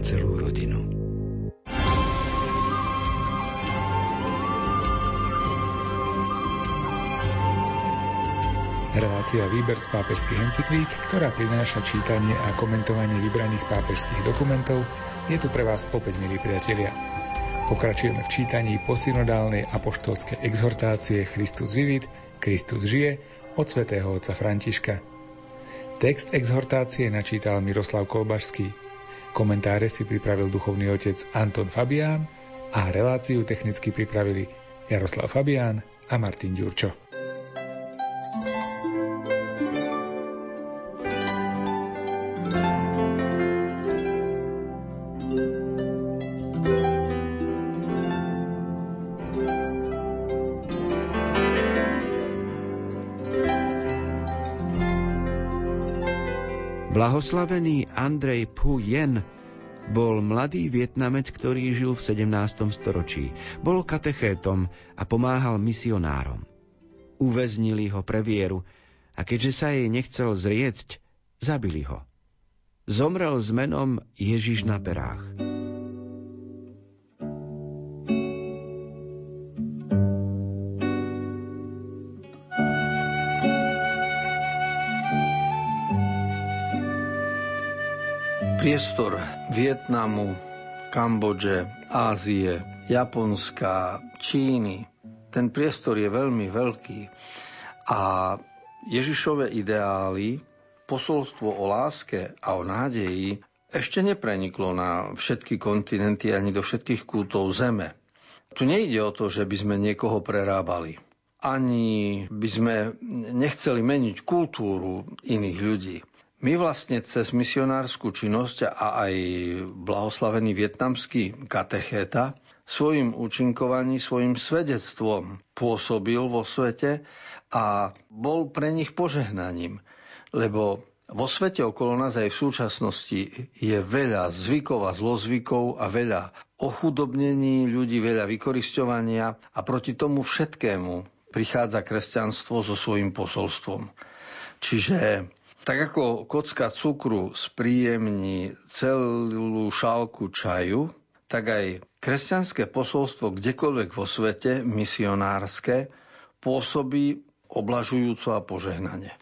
celú rodinu. Relácia Výber z pápežských encyklík, ktorá prináša čítanie a komentovanie vybraných pápežských dokumentov, je tu pre vás opäť, milí priatelia. Pokračujeme v čítaní posynodálnej apoštolskej exhortácie Christus vivit, Kristus žije od svätého otca Františka. Text exhortácie načítal Miroslav Kolbašský. Komentáre si pripravil duchovný otec Anton Fabián a reláciu technicky pripravili Jaroslav Fabián a Martin Ďurčo. Blahoslavený Andrej Phu Yen bol mladý Vietnamec, ktorý žil v 17. storočí. Bol katechétom a pomáhal misionárom. Uväznili ho pre vieru a keďže sa jej nechcel zriecť, zabili ho. Zomrel s menom Ježiš na perách. Priestor Vietnamu, Kambodže, Ázie, Japonska, Číny. Ten priestor je veľmi veľký. A Ježišove ideály, posolstvo o láske a o nádeji ešte nepreniklo na všetky kontinenty ani do všetkých kútov zeme. Tu nejde o to, že by sme niekoho prerábali. Ani by sme nechceli meniť kultúru iných ľudí. My vlastne cez misionárskú činnosť a aj blahoslavený vietnamský katechéta svojim účinkovaním, svojim svedectvom pôsobil vo svete a bol pre nich požehnaním. Lebo vo svete okolo nás aj v súčasnosti je veľa zvykov a zlozvykov a veľa ochudobnení ľudí, veľa vykorisťovania a proti tomu všetkému prichádza kresťanstvo so svojím posolstvom. Čiže tak ako kocka cukru spríjemní celú šálku čaju, tak aj kresťanské posolstvo kdekoľvek vo svete, misionárske, pôsobí oblažujúco a požehnane.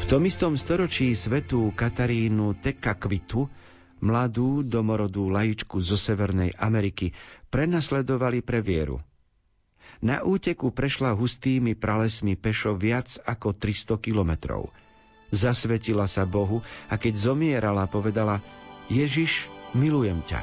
tom istom storočí svätú Katarínu Tekakvitu, mladú domorodú laičku zo Severnej Ameriky, prenasledovali pre vieru. Na úteku prešla hustými pralesmi pešo viac ako 300 kilometrov. Zasvetila sa Bohu a keď zomierala, povedala: Ježiš, milujem ťa.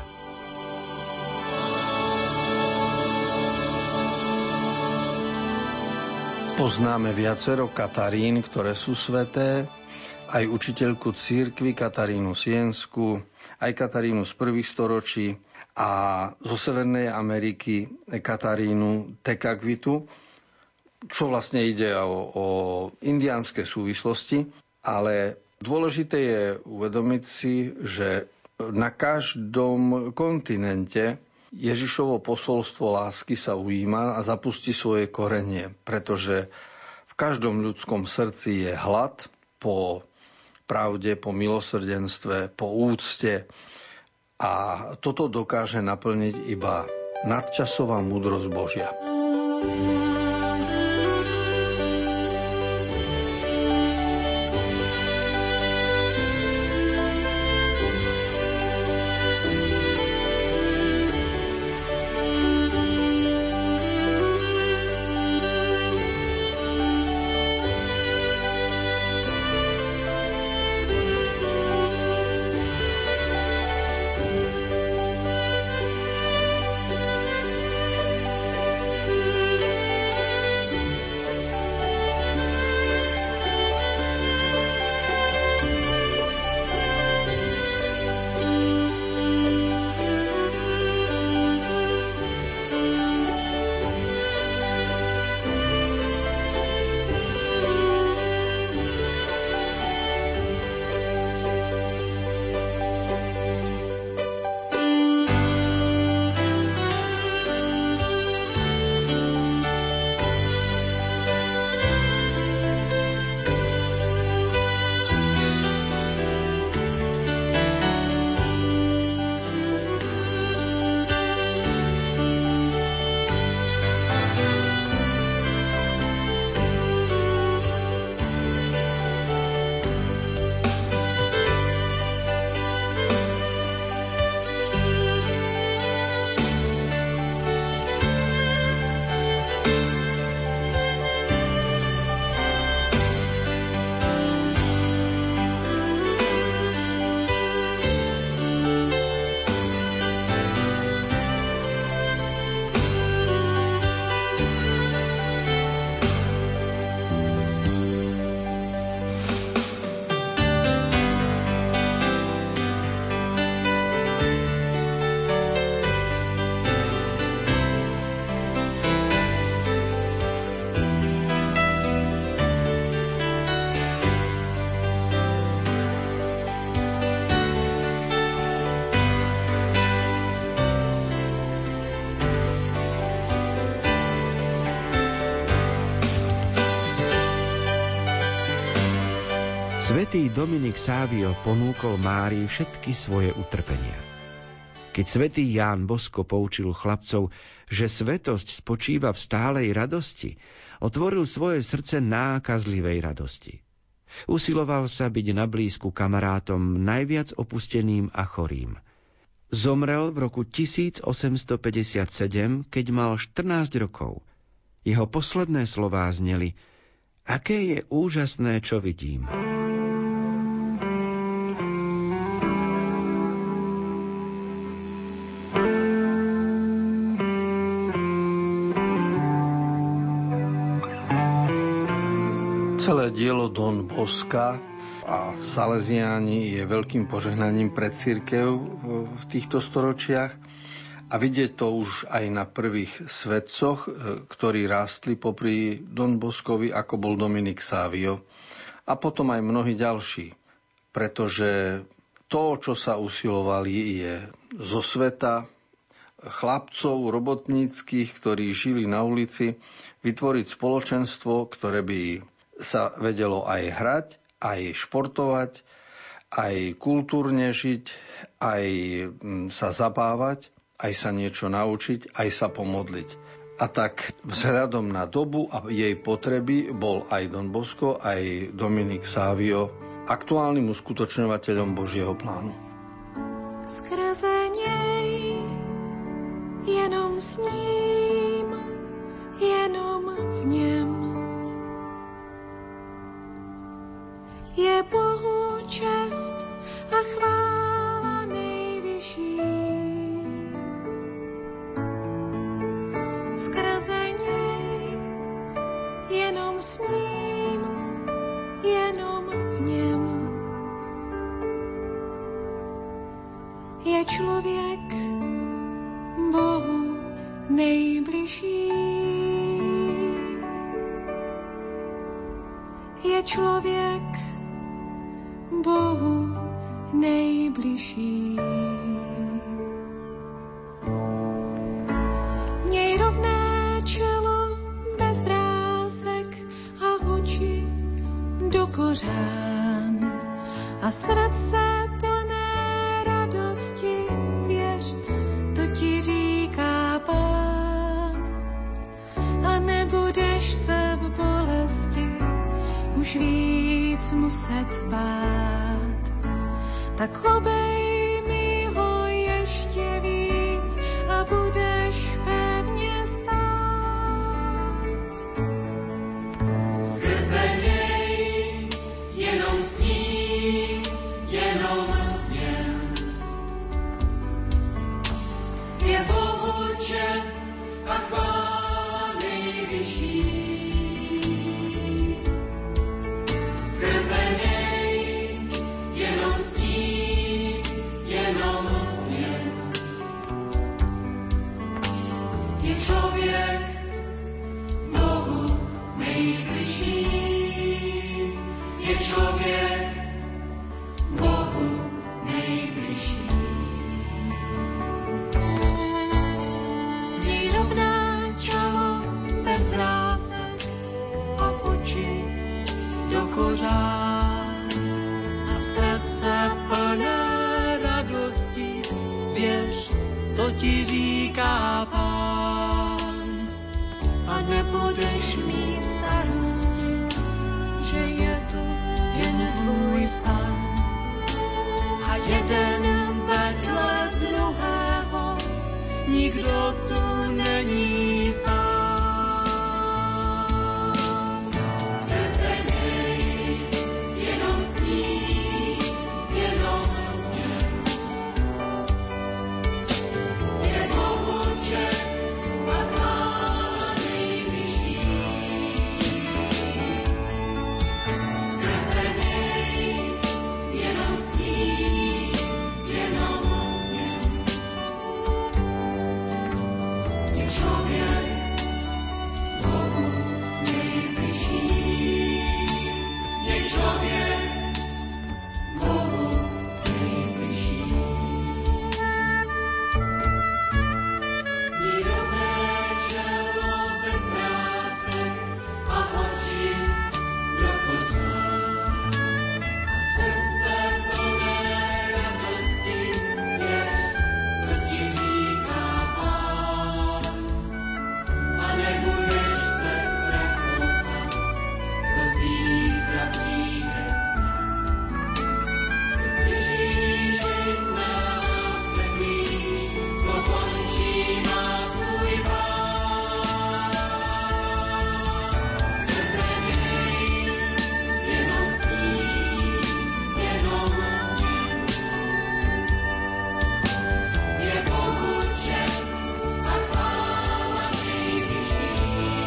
Poznáme viacero Katarín, ktoré sú sväté, aj učiteľku cirkvi Katarínu Siensku, aj Katarínu z prvých storočí a zo Severnej Ameriky Katarínu Tekakvitu, čo vlastne ide o indiánske súvislosti, ale dôležité je uvedomiť si, že na každom kontinente Ježišovo posolstvo lásky sa ujíma a zapustí svoje korenie, pretože v každom ľudskom srdci je hlad po pravde, po milosrdenstve, po úcte a toto dokáže naplniť iba nadčasová múdrosť Božia. Svätý Dominik Savio ponúkol Márii všetky svoje utrpenia. Keď svätý Ján Bosko poučil chlapcov, že svätosť spočíva v stálej radosti, otvoril svoje srdce nákazlivej radosti. Usiloval sa byť na blízku kamarátom najviac opusteným a chorým. Zomrel v roku 1857, keď mal 14 rokov. Jeho posledné slová zneli: Aké je úžasné, čo vidím. Celé dielo Don Bosca a Salesiáni je veľkým požehnaním pre cirkev v týchto storočiach a vidieť to už aj na prvých svetcoch, ktorí rástli popri Don Boscovi, ako bol Dominik Savio a potom aj mnohí ďalší, pretože to, čo sa usilovali, je zo sveta chlapcov robotníckych, ktorí žili na ulici, vytvoriť spoločenstvo, ktoré by sa vedelo aj hrať, aj športovať, aj kultúrne žiť, aj sa zabávať, aj sa niečo naučiť, aj sa pomodliť. A tak vzhľadom na dobu a jej potreby bol aj Don Bosco, aj Dominik Savio aktuálnym uskutočňovateľom Božieho plánu. Skrze něj, jenom s ním, jenom v něm je Bohu čest a chvála nejvyšší. Skrze něj, jenom s ním, jenom v něm je člověk Bohu nejbližší. Je člověk Bohu nejbližší. Měj rovné čelo bez vrásek a oči do kořán a srdce plné radosti, věř, to ti říká Pán. A nebudeš se v bolesti už víc muset bát, tak obejmi ho ještě víc a budeš pevně stát. Skrze něj, jenom s ním, jenom v něm je Bohu čest a chvála nejvyšší. Skrze něj, jenom s ním, jenom v něm je člověk Bohu nejbližší. Je člověk Bohu nejbližší. Měj rovná čelo bez vrásek a oči do kořán a srdce plné radosti, věř, to ti říká Pán. A nebudeš mít starosti, že je to jen tvůj stan a jeden vedle druhého, nikdo tu není sám. Skrze něj, jenom s ním, jenom v něm je Bohu čest a chvála nejvyšší. Skrze něj, jenom s ním, jenom v něm je člověk Bohu nejbližší. Je člověk Bohu nejbližší. Měj rovné čelo bez vrásek a oči do kořán a srdce plné radosti, věř, to ti říká Pán. A nebudeš se strachovat, co zítra přijde snad. Slyšíš snad se blíž, co končí má svůj pán. Skrze něj, jenom s ním, jenom v něm je Bohu čest a chvála nejvyšší.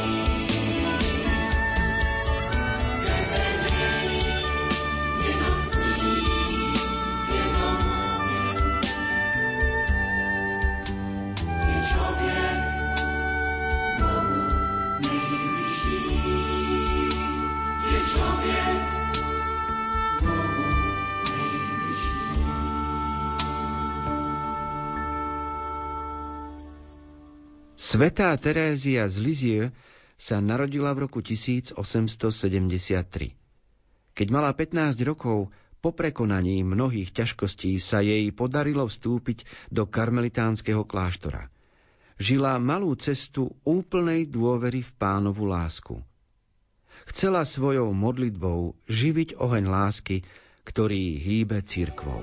Skrze něj, jenom s ním, jenom v něm je člověk Bohu nejbližší. Je člověk Bohu nejbližší. Svätá Terézia z Lisieux sa narodila v roku 1873. Keď mala 15 rokov, po prekonaní mnohých ťažkostí sa jej podarilo vstúpiť do karmelitánskeho kláštora. žila malú cestu úplnej dôvery v Pánovu lásku. Chcela svojou modlitbou živiť oheň lásky, ktorý hýbe cirkvou.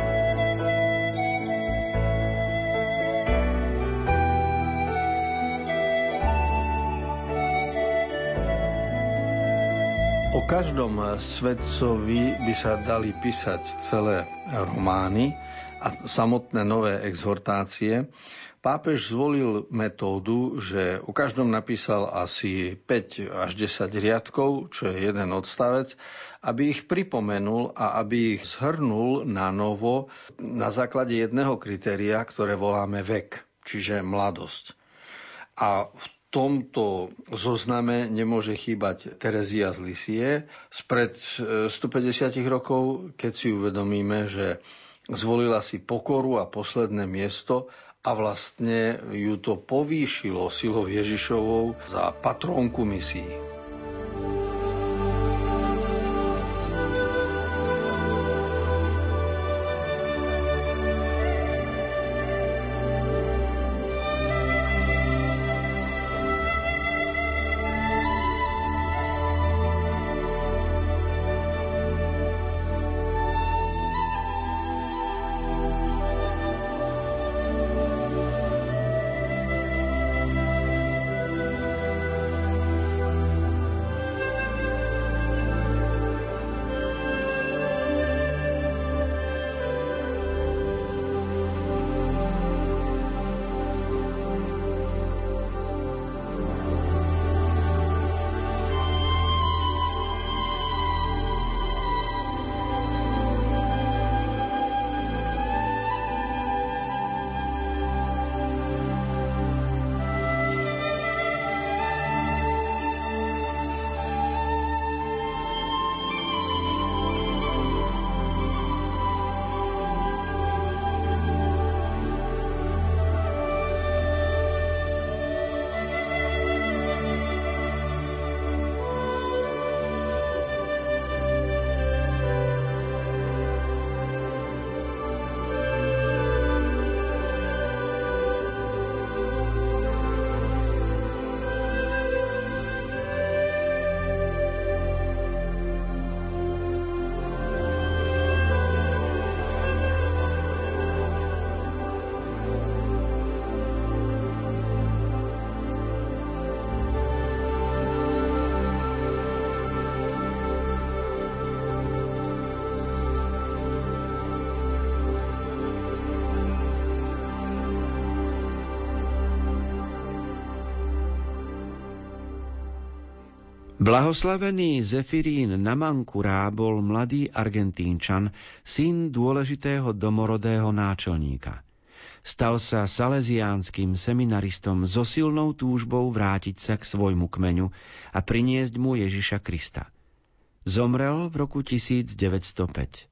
O každom svetcovi by sa dali písať celé romány a samotné nové exhortácie. Pápež zvolil metódu, že o každom napísal asi 5 až 10 riadkov, čo je jeden odstavec, aby ich pripomenul a aby ich zhrnul na novo na základe jedného kritéria, ktoré voláme vek, čiže mladosť. A v tomto zozname nemôže chýbať Terezia z Lisie spred 150 rokov, keď si uvedomíme, že zvolila si pokoru a posledné miesto a vlastne ju to povýšilo silou Ježišovou za patrónku misií. Blahoslavený Zefirín Namankura bol mladý Argentínčan, syn dôležitého domorodého náčelníka. Stal sa salesiánskym seminaristom so silnou túžbou vrátiť sa k svojmu kmeňu a priniesť mu Ježiša Krista. Zomrel v roku 1905.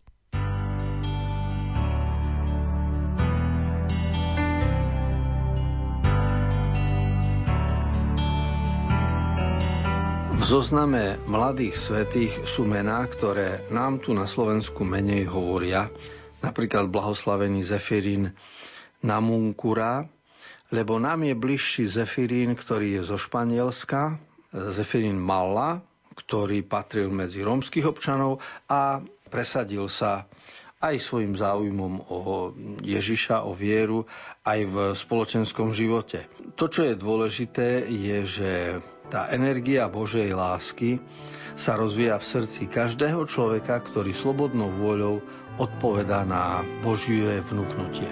V zozname mladých svätých sú mená, ktoré nám tu na Slovensku menej hovoria, napríklad blahoslavený Zefirín Namankura, lebo nám je bližší Zefirín, ktorý je zo Španielska, Zefirín Malla, ktorý patril medzi rómskych občanov a presadil sa aj svojim záujmom o Ježiša, o vieru, aj v spoločenskom živote. To, čo je dôležité, je, že tá energia Božej lásky sa rozvíja v srdci každého človeka, ktorý slobodnou vôľou odpovedá na Božie vnúknutie.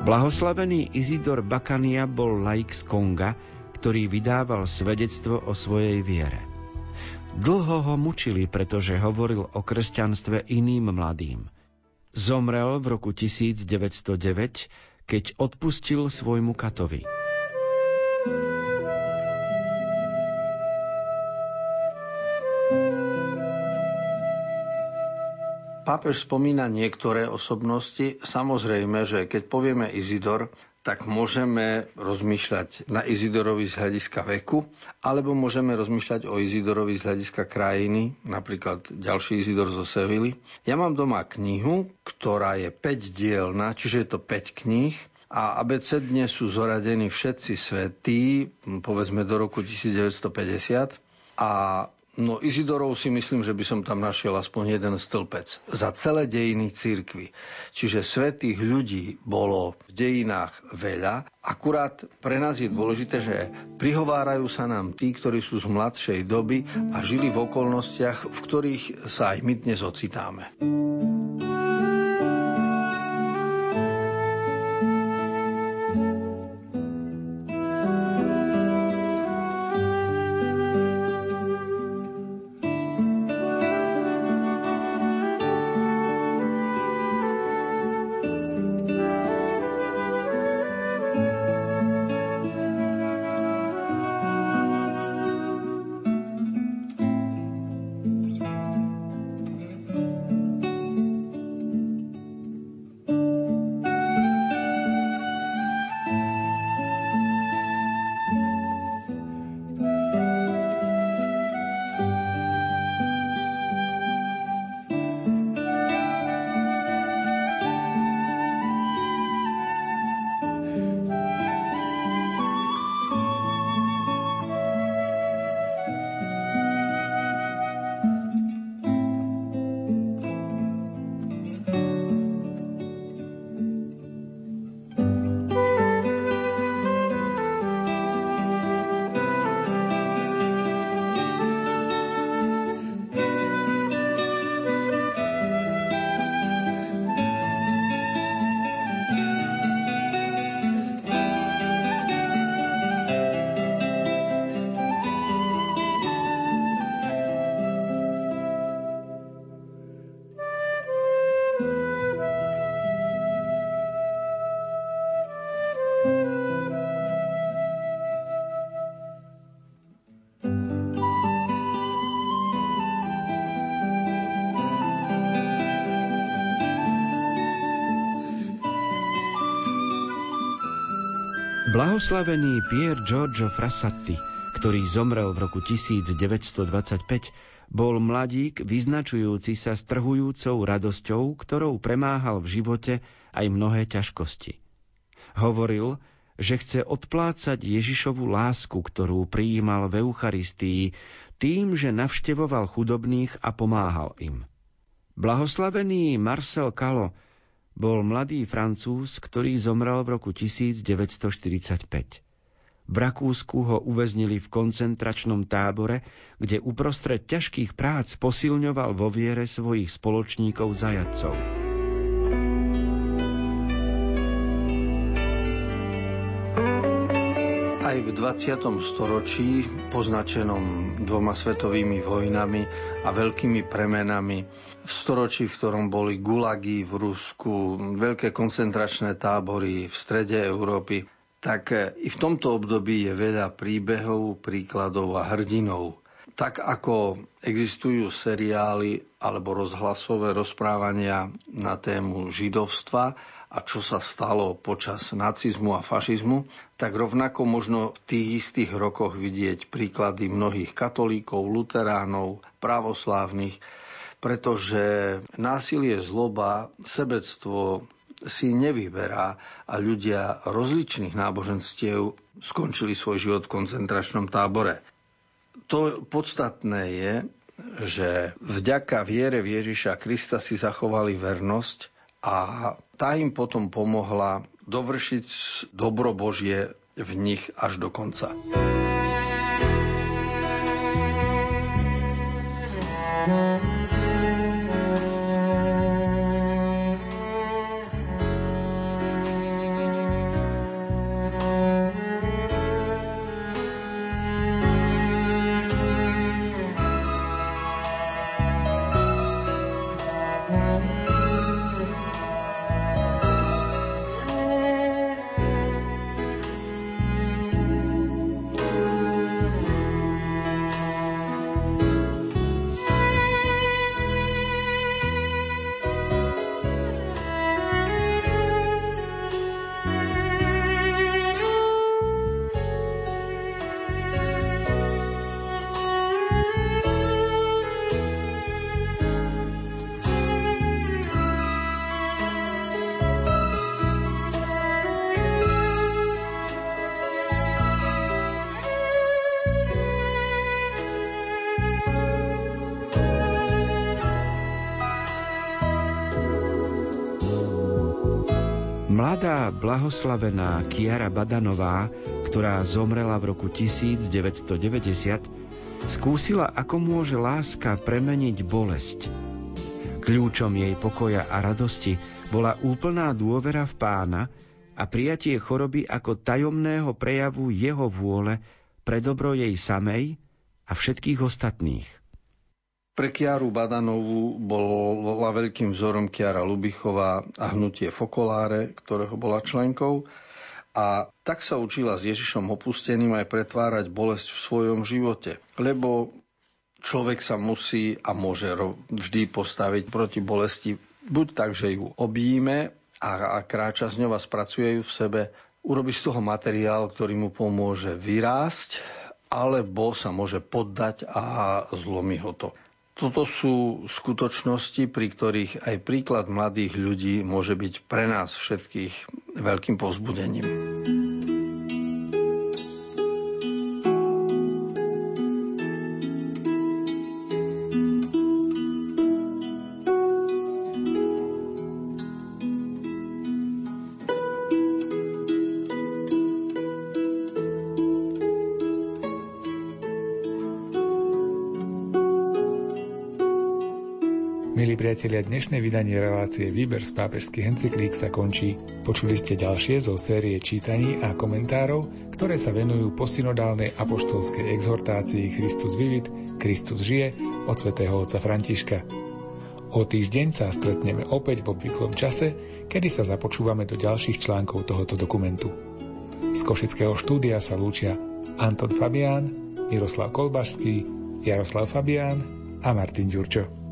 Blahoslavený Izidor Bakania bol laik z Konga, ktorý vydával svedectvo o svojej viere. Dlho ho mučili, pretože hovoril o kresťanstve iným mladým. Zomrel v roku 1909, keď odpustil svojmu katovi. Pápež spomína niektoré osobnosti. Samozrejme, že keď povieme Izidor, tak môžeme rozmýšľať na Izidorovi z hľadiska veku, alebo môžeme rozmýšľať o Izidorovi z hľadiska krajiny, napríklad ďalší Izidor zo Sevily. Ja mám doma knihu, ktorá je 5-dielna, čiže je to 5 kníh, a abecedne sú zoradení všetci svätí, povedzme do roku 1950, a Izidorov si myslím, že by som tam našiel aspoň jeden stĺpec za celé dejiny cirkvi. Čiže svätých ľudí bolo v dejinách veľa, akurát pre nás je dôležité, že prihovárajú sa nám tí, ktorí sú z mladšej doby a žili v okolnostiach, v ktorých sa aj my dnes ocitáme. Blahoslavený Pier Giorgio Frassati, ktorý zomrel v roku 1925, bol mladík vyznačujúci sa strhujúcou radosťou, ktorou premáhal v živote aj mnohé ťažkosti. Hovoril, že chce odplácať Ježišovu lásku, ktorú prijímal v Eucharistii, tým, že navštevoval chudobných a pomáhal im. Blahoslavený Marcel Calo bol mladý Francúz, ktorý zomrel v roku 1945. V Rakúsku ho uväznili v koncentračnom tábore, kde uprostred ťažkých prác posilňoval vo viere svojich spoločníkov zajatcov. Aj v 20. storočí, poznačenom 2 svetovými vojnami a veľkými premenami, v storočí, v ktorom boli gulagy v Rusku, veľké koncentračné tábory v strede Európy, tak i v tomto období je veľa príbehov, príkladov a hrdinov. Tak ako existujú seriály alebo rozhlasové rozprávania na tému židovstva a čo sa stalo počas nacizmu a fašizmu, tak rovnako možno v tých istých rokoch vidieť príklady mnohých katolíkov, luteránov, pravoslávnych, pretože násilie, zloba, sebectvo si nevyberá a ľudia rozličných náboženstiev skončili svoj život v koncentračnom tábore. To podstatné je, že vďaka viere v Ježiša Krista si zachovali vernosť a tá im potom pomohla dovršiť dobro Božie v nich až do konca. Mladá, blahoslavená Chiara Badanová, ktorá zomrela v roku 1990, skúsila, ako môže láska premeniť bolesť. Kľúčom jej pokoja a radosti bola úplná dôvera v Pána a prijatie choroby ako tajomného prejavu jeho vôle pre dobro jej samej a všetkých ostatných. Pre Chiaru Badanovú bola veľkým vzorom Chiara Lubichová a hnutie Focolare, ktorého bola členkou. A tak sa učila s Ježišom opusteným aj pretvárať bolesť v svojom živote. Lebo človek sa musí a môže vždy postaviť proti bolesti buď tak, že ju objíme a kráča s ňou a spracuje ju v sebe, urobí z toho materiál, ktorý mu pomôže vyrásť, alebo sa môže poddať a zlomí ho to. Toto sú skutočnosti, pri ktorých aj príklad mladých ľudí môže byť pre nás všetkých veľkým povzbudením. Milí priatelia, dnešné vydanie relácie Výber z pápežských encyklík sa končí. Počuli ste ďalšie zo série čítaní a komentárov, ktoré sa venujú posynodálnej apoštolskej exhortácii Christus vivit, Kristus žije od svätého otca Františka. O týždeň sa stretneme opäť v obvyklom čase, kedy sa započúvame do ďalších článkov tohoto dokumentu. Z košického štúdia sa lúčia Anton Fabián, Miroslav Kolbašský, Jaroslav Fabián a Martin Ďurčo.